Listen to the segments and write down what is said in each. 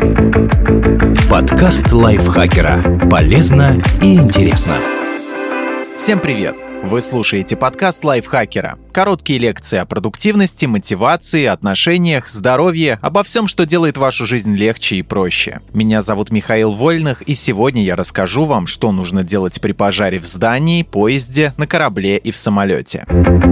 Подкаст лайфхакера. Полезно и интересно. Всем привет! Вы слушаете подкаст лайфхакера. Короткие лекции о продуктивности, мотивации, отношениях, здоровье, обо всем, что делает вашу жизнь легче и проще. Меня зовут Михаил Вольных, и сегодня я расскажу вам, что нужно делать при пожаре в здании, поезде, на корабле и в самолете.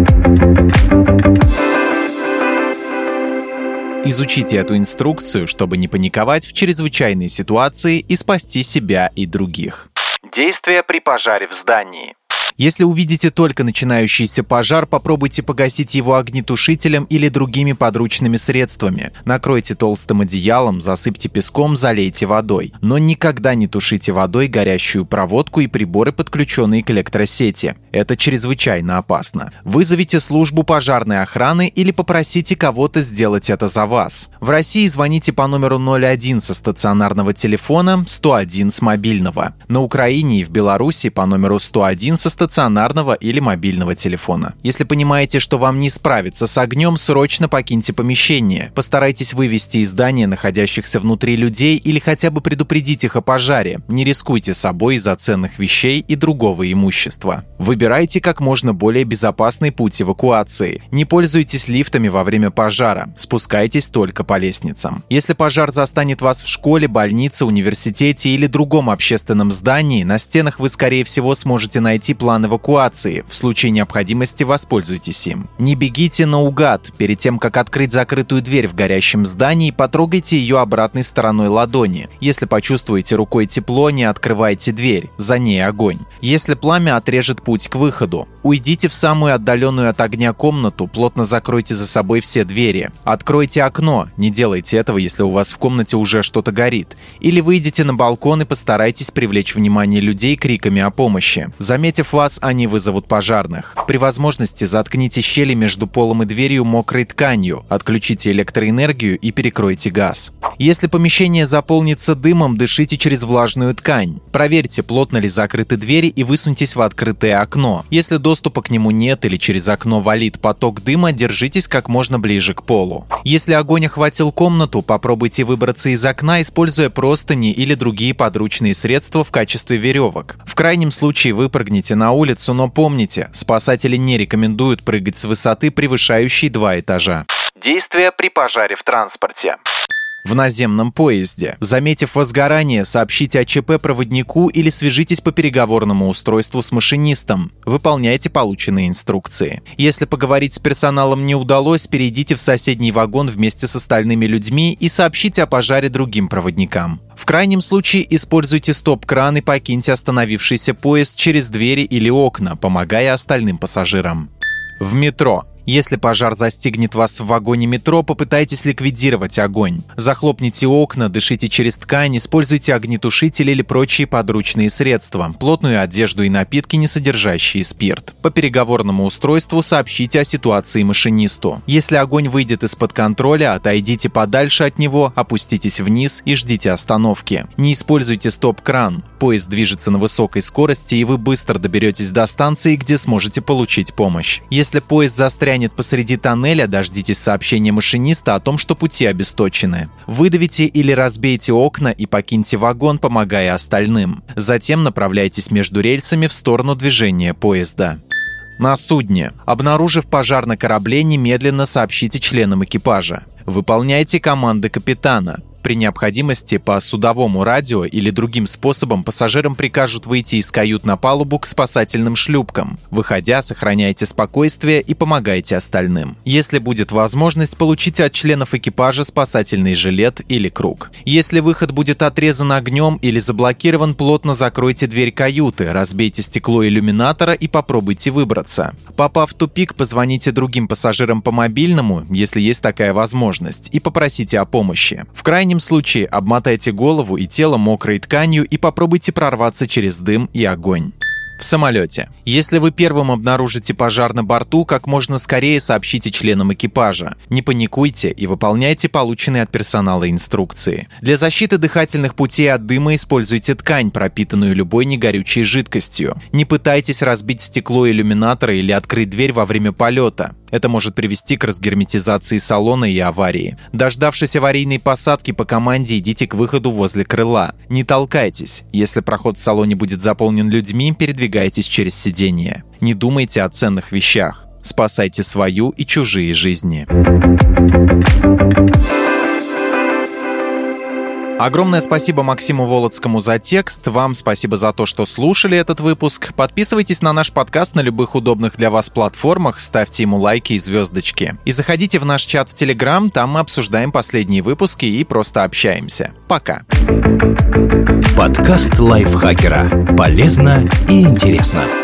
Изучите эту инструкцию, чтобы не паниковать в чрезвычайной ситуации и спасти себя и других. Действия при пожаре в здании. Если увидите только начинающийся пожар, попробуйте погасить его огнетушителем или другими подручными средствами. Накройте толстым одеялом, засыпьте песком, залейте водой. Но никогда не тушите водой горящую проводку и приборы, подключенные к электросети. Это чрезвычайно опасно. Вызовите службу пожарной охраны или попросите кого-то сделать это за вас. В России звоните по номеру 01 со стационарного телефона, 101 с мобильного. На Украине и в Беларуси по номеру 101 со стационарного или мобильного телефона. Если понимаете, что вам не справиться с огнем, срочно покиньте помещение. Постарайтесь вывести из здания находящихся внутри людей или хотя бы предупредить их о пожаре. Не рискуйте собой из-за ценных вещей и другого имущества. Выбирайте как можно более безопасный путь эвакуации. Не пользуйтесь лифтами во время пожара. Спускайтесь только по лестницам. Если пожар застанет вас в школе, больнице, университете или другом общественном здании, на стенах вы, скорее всего, сможете найти план эвакуации. В случае необходимости воспользуйтесь им. Не бегите наугад. Перед тем, как открыть закрытую дверь в горящем здании, потрогайте ее обратной стороной ладони. Если почувствуете рукой тепло, не открывайте дверь. За ней огонь. Если пламя отрежет путь к выходу, уйдите в самую отдаленную от огня комнату, плотно закройте за собой все двери. Откройте окно. Не делайте этого, если у вас в комнате уже что-то горит. Или выйдите на балкон и постарайтесь привлечь внимание людей криками о помощи. Заметив вас, они вызовут пожарных. При возможности заткните щели между полом и дверью мокрой тканью, отключите электроэнергию и перекройте газ. Если помещение заполнится дымом, дышите через влажную ткань. Проверьте, плотно ли закрыты двери, и высуньтесь в открытое окно. Если доступа к нему нет или через окно валит поток дыма, держитесь как можно ближе к полу. Если огонь охватил комнату, попробуйте выбраться из окна, используя простыни или другие подручные средства в качестве веревок. В крайнем случае выпрыгните на улицу, но помните, спасатели не рекомендуют прыгать с высоты, превышающей 2 этажа. Действия при пожаре в транспорте. В наземном поезде. Заметив возгорание, сообщите о ЧП проводнику или свяжитесь по переговорному устройству с машинистом. Выполняйте полученные инструкции. Если поговорить с персоналом не удалось, перейдите в соседний вагон вместе с остальными людьми и сообщите о пожаре другим проводникам. В крайнем случае используйте стоп-кран и покиньте остановившийся поезд через двери или окна, помогая остальным пассажирам. В метро. Если пожар застигнет вас в вагоне метро, попытайтесь ликвидировать огонь. Захлопните окна, дышите через ткань, используйте огнетушитель или прочие подручные средства, плотную одежду и напитки, не содержащие спирт. По переговорному устройству сообщите о ситуации машинисту. Если огонь выйдет из-под контроля, отойдите подальше от него, опуститесь вниз и ждите остановки. Не используйте стоп-кран. Поезд движется на высокой скорости, и вы быстро доберетесь до станции, где сможете получить помощь. Если поезд застрянет посреди тоннеля, дождитесь сообщения машиниста о том, что пути обесточены. Выдавите или разбейте окна и покиньте вагон, помогая остальным. Затем направляйтесь между рельсами в сторону движения поезда. На судне. Обнаружив пожар на корабле, немедленно сообщите членам экипажа. Выполняйте команды капитана. При необходимости по судовому радио или другим способам пассажирам прикажут выйти из кают на палубу к спасательным шлюпкам. Выходя, сохраняйте спокойствие и помогайте остальным. Если будет возможность, получите от членов экипажа спасательный жилет или круг. Если выход будет отрезан огнем или заблокирован, плотно закройте дверь каюты, разбейте стекло иллюминатора и попробуйте выбраться. Попав в тупик, позвоните другим пассажирам по мобильному, если есть такая возможность, и попросите о помощи. В крайнем случае обмотайте голову и тело мокрой тканью и попробуйте прорваться через дым и огонь. В самолете. Если вы первым обнаружите пожар на борту, как можно скорее сообщите членам экипажа. Не паникуйте и выполняйте полученные от персонала инструкции. Для защиты дыхательных путей от дыма используйте ткань, пропитанную любой негорючей жидкостью. Не пытайтесь разбить стекло иллюминатора или открыть дверь во время полета. Это может привести к разгерметизации салона и аварии. Дождавшись аварийной посадки по команде, идите к выходу возле крыла. Не толкайтесь. Если проход в салоне будет заполнен людьми, передвигайтесь через сиденье. Не думайте о ценных вещах. Спасайте свою и чужие жизни. Огромное спасибо Максиму Володскому за текст. Вам спасибо за то, что слушали этот выпуск. Подписывайтесь на наш подкаст на любых удобных для вас платформах, ставьте ему лайки и звездочки. И заходите в наш чат в Telegram, там мы обсуждаем последние выпуски и просто общаемся. Пока. Подкаст лайфхакера. Полезно и интересно.